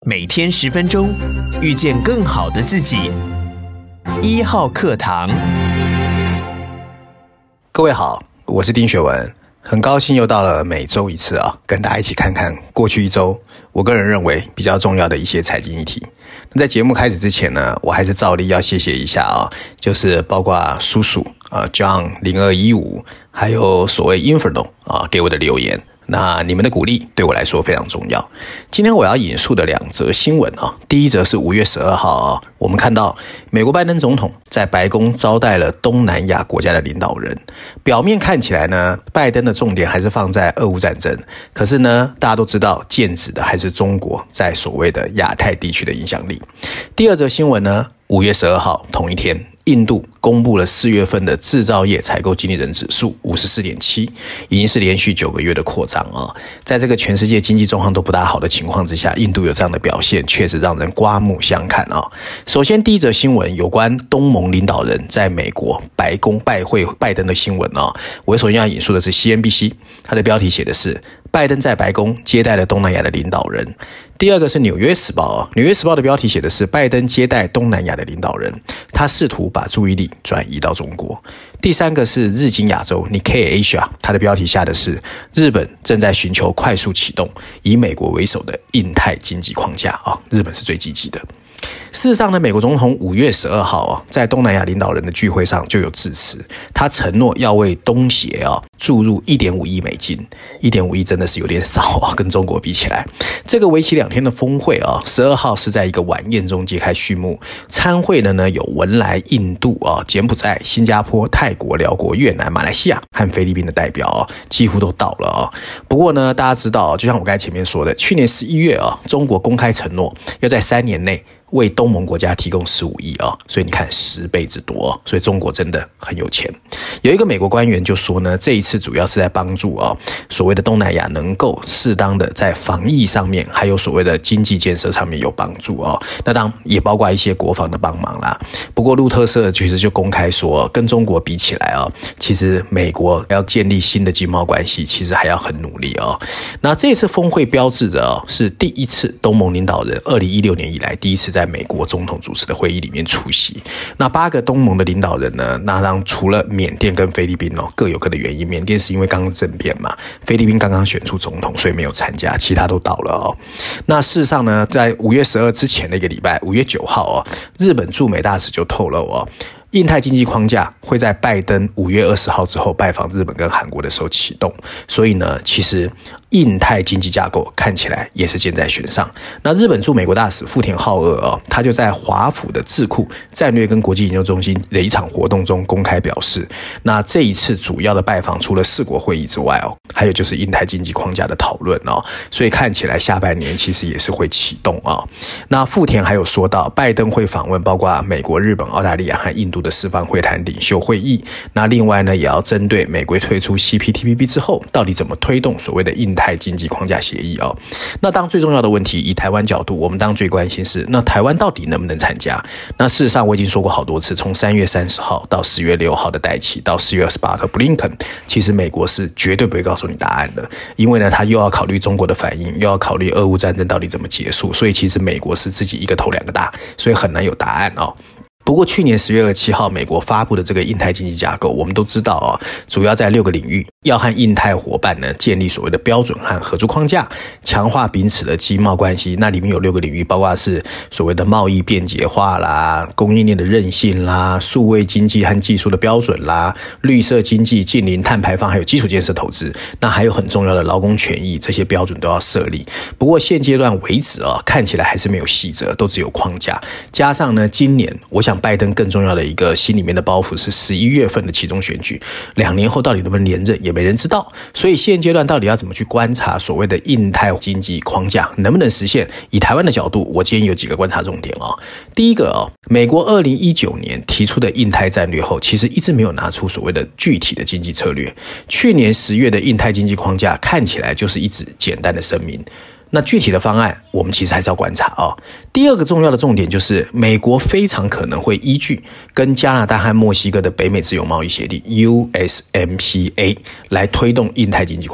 每天10分钟，遇见更好的自己。1号课堂。 各位好，我是丁学文，很高兴又到了每周一次跟大家一起看看过去一周我个人认为比较重要的一些财经议题。那在节目开始之前呢，我还是照例要谢谢一下就是包括叔叔John 0215，还有所谓 Inferno 给我的留言。那你们的鼓励对我来说非常重要。今天我要引述的2则新闻第一则是5月12号我们看到美国拜登总统在白宫招待了东南亚国家的领导人。表面看起来呢，拜登的重点还是放在俄乌战争，可是呢，大家都知道剑指的还是中国在所谓的亚太地区的影响力。第二则新闻呢，5月12号同一天，印度公布了4月份的制造业采购经理人指数 54.7， 已经是连续9个月的扩张在这个全世界经济状况都不大好的情况之下，印度有这样的表现，确实让人刮目相看首先第一则新闻有关东盟领导人在美国白宫拜会拜登的新闻我首先要引述的是 CNBC， 它的标题写的是拜登在白宫接待了东南亚的领导人。第二个是纽约时报纽约时报的标题写的是拜登接待东南亚的领导人，他试图把注意力转移到中国。第三个是日经亚洲 Nikkei Asia， 它的标题下的是日本正在寻求快速启动以美国为首的印太经济框架日本是最积极的。事实上呢，美国总统5月12号在东南亚领导人的聚会上就有致辞，他承诺要为东协注入1.5亿美金，1.5亿真的是有点少跟中国比起来。这个为期2天的峰会12号是在一个晚宴中揭开序幕。参会的呢有文莱、印度柬埔寨、新加坡、泰国、辽国、越南、马来西亚和菲律宾的代表几乎都到了不过呢，大家知道就像我刚才前面说的，去年11月中国公开承诺要在3年内为东盟国家提供15亿所以你看10倍之多所以中国真的很有钱。有一个美国官员就说呢，这一次主要是在帮助所谓的东南亚能够适当的在防疫上面还有所谓的经济建设上面有帮助那当然也包括一些国防的帮忙啦。不过路透社其实就公开说，跟中国比起来其实美国要建立新的经贸关系其实还要很努力那这次峰会标志着是第一次东盟领导人2016年以来第一次在美国总统主持的会议里面出席。那8个东盟的领导人呢，那当除了缅甸跟菲律宾各有各的原因。缅甸是因为刚刚政变嘛，菲律宾刚刚选出总统，所以没有参加，其他都到了那事实上呢，在5月12之前的一个礼拜，5月9号日本驻美大使就透露印太经济框架会在拜登5月20号之后拜访日本跟韩国的时候启动，所以呢，其实印太经济架构看起来也是箭在弦上。那日本驻美国大使富田浩二他就在华府的智库战略跟国际研究中心的一场活动中公开表示，那这一次主要的拜访除了4国会议之外还有就是印太经济框架的讨论所以看起来下半年其实也是会启动那富田还有说到，拜登会访问包括美国、日本、澳大利亚和印度的四方会谈领袖会议。那另外呢，也要针对美国退出 CPTPP 之后到底怎么推动所谓的印太经济框架协议那当最重要的问题，以台湾角度，我们当然最关心是那台湾到底能不能参加。那事实上我已经说过好多次，从3月30号到10月6号的戴琪到4月28号的布林肯，其实美国是绝对不会告诉你答案的，因为呢他又要考虑中国的反应，又要考虑俄乌战争到底怎么结束，所以其实美国是自己一个头2个大，所以很难有答案不过去年10月27号美国发布的这个印太经济架构，我们都知道主要在6个领域要和印太伙伴呢建立所谓的标准和合作框架，强化彼此的经贸关系。那里面有6个领域，包括是所谓的贸易便捷化啦、供应链的韧性啦、数位经济和技术的标准啦、绿色经济、近零碳排放，还有基础建设投资。那还有很重要的劳工权益，这些标准都要设立。不过现阶段为止看起来还是没有细则，都只有框架。加上呢，今年我想拜登更重要的一个心里面的包袱是11月份的期中选举，2年后到底能不能连任也没人知道。所以现阶段到底要怎么去观察所谓的印太经济框架能不能实现，以台湾的角度，我今天有几个观察重点第一个美国2019年提出的印太战略后，其实一直没有拿出所谓的具体的经济策略。去年10月的印太经济框架看起来就是一纸简单的声明，那具体的方案我们其实还是要观察第二个重要的重点就是美国非常可能会依据跟加拿大和墨西哥的北美自由贸易协定 USMCA 来推动印太经济框架。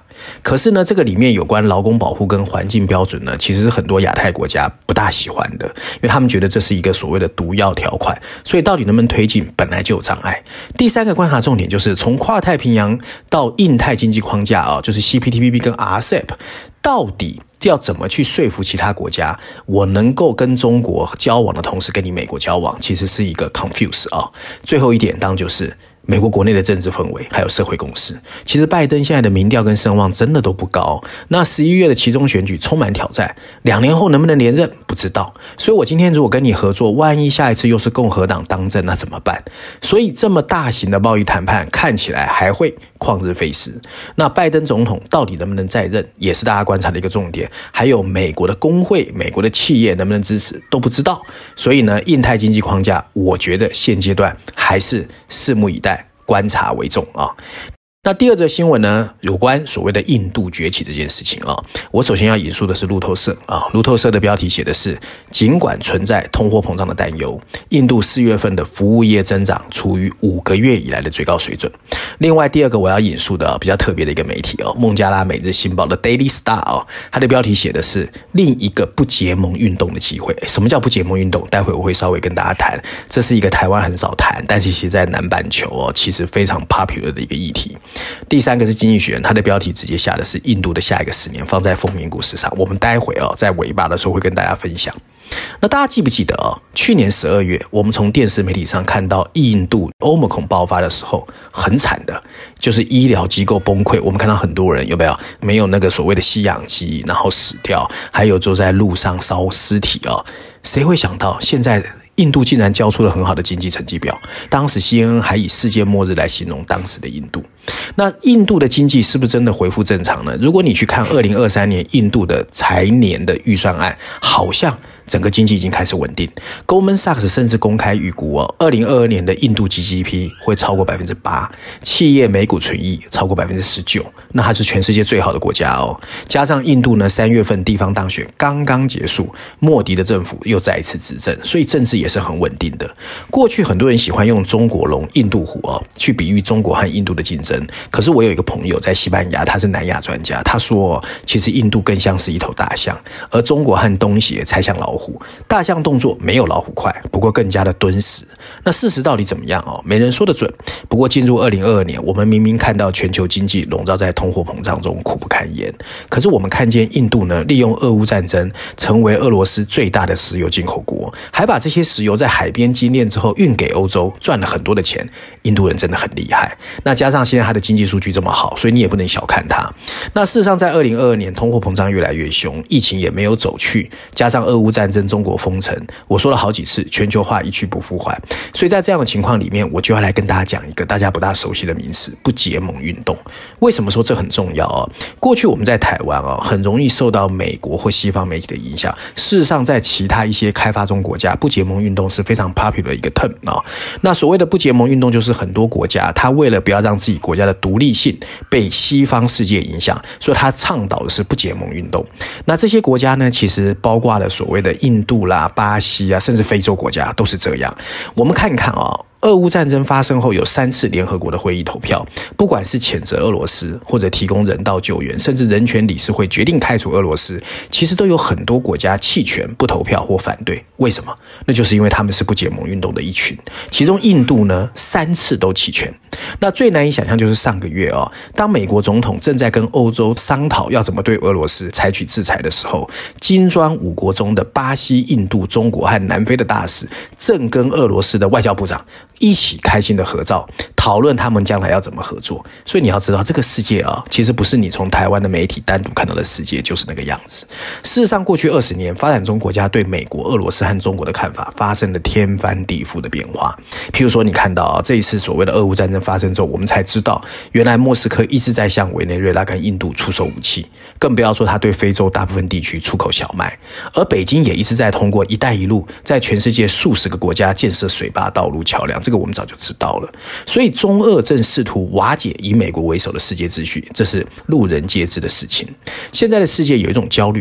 可是呢，这个里面有关劳工保护跟环境标准呢，其实是很多亚太国家不大喜欢的，因为他们觉得这是一个所谓的毒药条款，所以到底能不能推进本来就有障碍。第三个观察重点就是从跨太平洋到印太经济框架就是 CPTPP 跟 RCEP， 到底要怎么去说服其他国家，我能够跟中国交往的同时跟你美国交往，其实是一个 confuse 最后一点当然就是美国国内的政治氛围还有社会共识，其实拜登现在的民调跟声望真的都不高。那11月的期中选举充满挑战，2年后能不能连任不知道。所以我今天如果跟你合作，万一下一次又是共和党当政，那怎么办？所以这么大型的贸易谈判看起来还会旷日费时。那拜登总统到底能不能再任，也是大家观察的一个重点。还有美国的工会、美国的企业能不能支持都不知道。所以呢，印太经济框架，我觉得现阶段还是拭目以待，观察为重那第二则新闻呢，有关所谓的印度崛起这件事情我首先要引述的是路透社路透社的标题写的是，尽管存在通货膨胀的担忧，印度4月份的服务业增长处于5个月以来的最高水准。另外第二个我要引述的比较特别的一个媒体孟加拉每日新报的 Daily Star 它的标题写的是另一个不结盟运动的机会。什么叫不结盟运动？待会我会稍微跟大家谈，这是一个台湾很少谈，但是其实在南半球其实非常 popular 的一个议题。第三个是经济学人，他的标题直接下的是印度的下一个10年放在封面故事上，我们待会在尾巴的时候会跟大家分享。那大家记不记得去年12月我们从电视媒体上看到印度 Omicron 爆发的时候，很惨的就是医疗机构崩溃，我们看到很多人没有那个所谓的吸氧机，然后死掉，还有就在路上烧尸体谁会想到现在印度竟然交出了很好的经济成绩表，当时 CNN 还以世界末日来形容当时的印度。那印度的经济是不是真的恢复正常呢？如果你去看2023年印度的财年的预算案，好像整个经济已经开始稳定。Goldman Sachs 甚至公开预估2022年的印度 GDP 会超过 8%， 企业每股纯益超过 19%， 那它是全世界最好的国家加上印度呢3月份地方当选刚刚结束，莫迪的政府又再一次执政，所以政治也是很稳定的。过去很多人喜欢用中国龙、印度虎去比喻中国和印度的竞争，可是我有一个朋友在西班牙，他是南亚专家，他说其实印度更像是一头大象，而中国和东协才像老虎。大象动作没有老虎快，不过更加的敦实。那事实到底怎么样没人说得准。不过进入2022年，我们明明看到全球经济笼罩在通货膨胀中苦不堪言，可是我们看见印度呢利用俄乌战争成为俄罗斯最大的石油进口国，还把这些石油在海边精炼之后运给欧洲，赚了很多的钱。印度人真的很厉害。那加上现在他的经济数据这么好，所以你也不能小看他。那事实上在2022年通货膨胀越来越凶，疫情也没有走去，加上俄乌战争中国封城，我说了好几次全球化一去不复返。所以在这样的情况里面，我就要来跟大家讲一个大家不大熟悉的名词，不结盟运动。为什么说这很重要过去我们在台湾很容易受到美国或西方媒体的影响，事实上在其他一些开发中国家，不结盟运动是非常 popular 的一个 term 那所谓的不结盟运动，就是很多国家他为了不要让自己国家的独立性被西方世界影响，所以他倡导的是不结盟运动。那这些国家呢，其实包括了所谓的印度啦、巴西甚至非洲国家都是这样。我们看一看俄乌战争发生后，有3次联合国的会议投票，不管是谴责俄罗斯，或者提供人道救援，甚至人权理事会决定开除俄罗斯，其实都有很多国家弃权不投票或反对。为什么？那就是因为他们是不结盟运动的一群。其中印度呢3次都弃权。那最难以想象就是上个月当美国总统正在跟欧洲商讨要怎么对俄罗斯采取制裁的时候，金砖5国中的巴西、印度、中国和南非的大使正跟俄罗斯的外交部长一起开心的合照，讨论他们将来要怎么合作。所以你要知道，这个世界其实不是你从台湾的媒体单独看到的世界就是那个样子。事实上过去20年，发展中国家对美国、俄罗斯和中国的看法发生了天翻地覆的变化。譬如说你看到这一次所谓的俄乌战争发生之后，我们才知道原来莫斯科一直在向委内瑞拉跟印度出售武器，更不要说他对非洲大部分地区出口小麦。而北京也一直在通过一带一路在全世界数十个国家建设水坝、道路、桥梁，这个我们早就知道了。所以中俄正试图瓦解以美国为首的世界秩序，这是路人皆知的事情。现在的世界有一种焦虑感，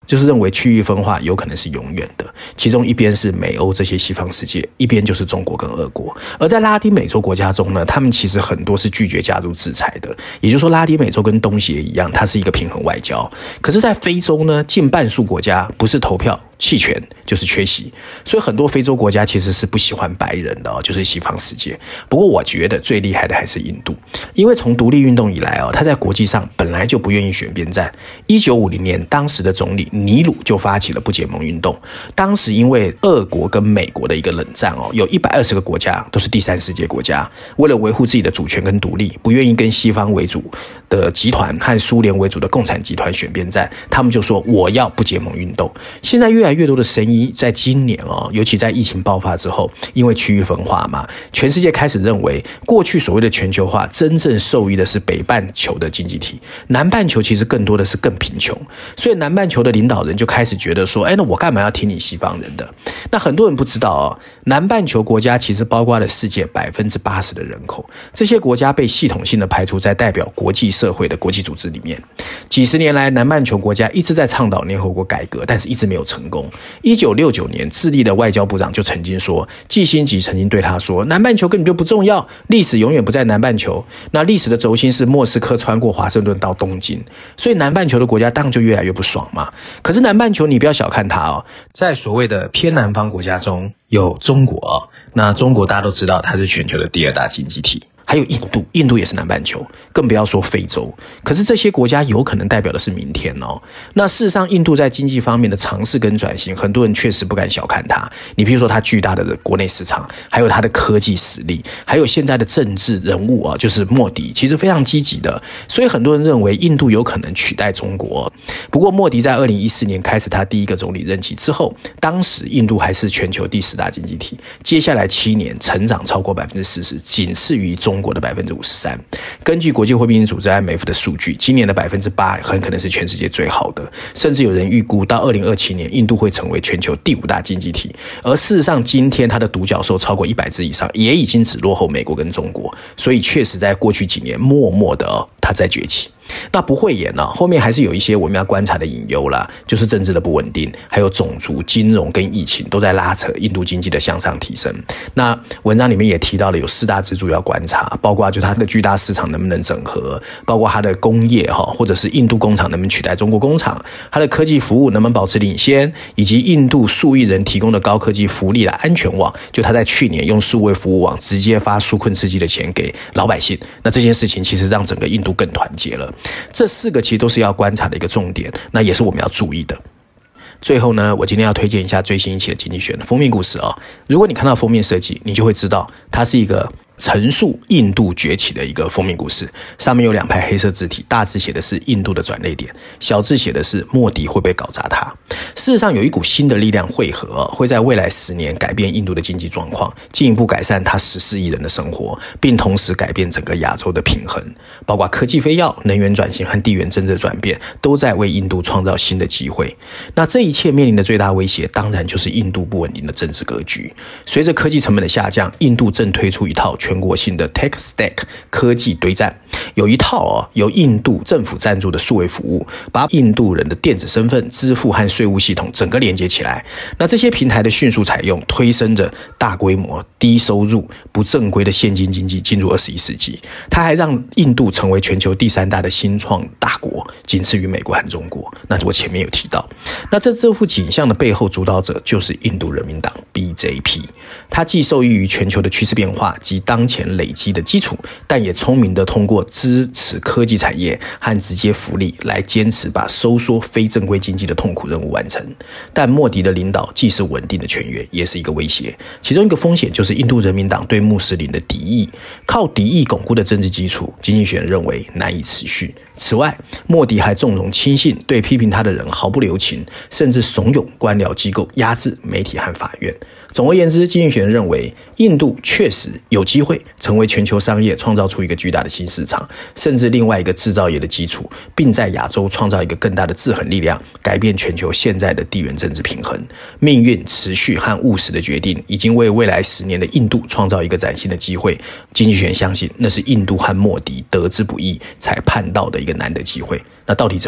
就是认为区域分化有可能是永远的，其中一边是美欧这些西方世界，一边就是中国跟俄国。而在拉丁美洲国家中呢，他们其实很多是拒绝加入制裁的，也就是说拉丁美洲跟东协一样，它是一个平衡外交。可是在非洲呢，近半数国家不是投票弃权就是缺席，所以很多非洲国家其实是不喜欢白人的就是西方世界。不过我觉得最厉害的还是印度，因为从独立运动以来他在国际上本来就不愿意选边站。1950年，当时的总理尼鲁就发起了不结盟运动。当时因为俄国跟美国的一个冷战有120个国家都是第三世界国家，为了维护自己的主权跟独立，不愿意跟西方为主的集团和苏联为主的共产集团选边站，他们就说我要不结盟运动。现在越来越多的声音在今年尤其在疫情爆发之后，因为区域分化嘛，全世界开始认为过去所谓的全球化真正受益的是北半球的经济体，南半球其实更多的是更贫穷，所以南半球的领导人就开始觉得说，那我干嘛要听你西方人的？那很多人不知道南半球国家其实包括了世界80%的人口，这些国家被系统性的排除在代表国际社会的国际组织里面。几十年来，南半球国家一直在倡导联合国改革，但是一直没有成功。1969年，智利的外交部长就曾经说，季辛吉曾经对他说，南半球根本就不重要，历史永远不在南半球，那历史的轴心是莫斯科穿过华盛顿到东京，所以南半球的国家当然就越来越不爽嘛。可是南半球你不要小看它在所谓的偏南方国家中有中国那中国大家都知道它是全球的第2大经济体，还有印度也是南半球，更不要说非洲。可是这些国家有可能代表的是明天那事实上，印度在经济方面的尝试跟转型，很多人确实不敢小看它。你比如说它巨大的国内市场，还有它的科技实力，还有现在的政治人物就是莫迪，其实非常积极的。所以很多人认为印度有可能取代中国。不过莫迪在2014年开始他第一个总理任期之后，当时印度还是全球第10大经济体，接下来7年成长超过 40%， 仅次于中国的 53%。 根据国际货币基金组织 IMF 的数据，今年的 8% 很可能是全世界最好的，甚至有人预估到2027年印度会成为全球第5大经济体。而事实上今天它的独角兽超过100只以上，也已经只落后美国跟中国，所以确实在过去几年默默的它在崛起。那不会演后面还是有一些我们要观察的隐忧啦，就是政治的不稳定，还有种族、金融跟疫情都在拉扯印度经济的向上提升。那文章里面也提到了有4大支柱要观察，包括就它的巨大市场能不能整合，包括它的工业或者是印度工厂能不能取代中国工厂，它的科技服务能不能保持领先，以及印度数亿人提供的高科技福利的安全网，就它在去年用数位服务网直接发纾困刺激的钱给老百姓。那这件事情其实让整个印度更团结了。这4个其实都是要观察的一个重点，那也是我们要注意的。最后呢，我今天要推荐一下最新一期的经济学的封面故事如果你看到封面设计，你就会知道它是一个陈述印度崛起的一个封面故事，上面有2排黑色字体，大字写的是印度的转捩点，小字写的是莫迪会不会搞砸它。事实上有一股新的力量汇合会在未来10年改变印度的经济状况，进一步改善它14亿人的生活，并同时改变整个亚洲的平衡，包括科技飞跃、能源转型和地缘政治转变，都在为印度创造新的机会。那这一切面临的最大威胁当然就是印度不稳定的政治格局。随着科技成本的下降，印度正推出一套全国性的 Tech Stack 科技堆栈，有一套由印度政府赞助的数位服务，把印度人的电子身份、支付和税务系统整个连接起来。那这些平台的迅速采用，推升着大规模、低收入、不正规的现金经济进入21世纪。它还让印度成为全球第3大的新创大国，仅次于美国和中国。那我前面有提到，那这幅景象的背后主导者就是印度人民党 BJP。它既受益于全球的趋势变化及当前累积的基础，但也聪明地通过支持科技产业和直接福利来坚持把收缩非正规经济的痛苦任务完成。但莫迪的领导既是稳定的泉源，也是一个威胁。其中一个风险就是印度人民党对穆斯林的敌意，靠敌意巩固的政治基础，经济学人认为难以持续。此外，莫迪还纵容亲信，对批评他的人毫不留情，甚至怂恿官僚机构压制媒体和法院。总而言之，经济学人认为印度确实有机会成为全球商业创造出一个巨大的新市场，甚至另外一个制造业的基础，并在亚洲创造一个更大的制衡力量，改变全球现在的地缘政治平衡。命运持续和务实的决定已经为未来10年的印度创造一个崭新的机会。经济学人相信那是印度和莫迪得之不易才盼到的一个难得机会。那到底怎么样？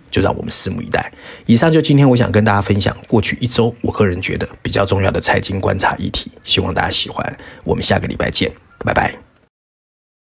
就让我们拭目以待。以上就今天我想跟大家分享过去一周我个人觉得比较重要的财经观察议题，希望大家喜欢。我们下个礼拜见，拜拜。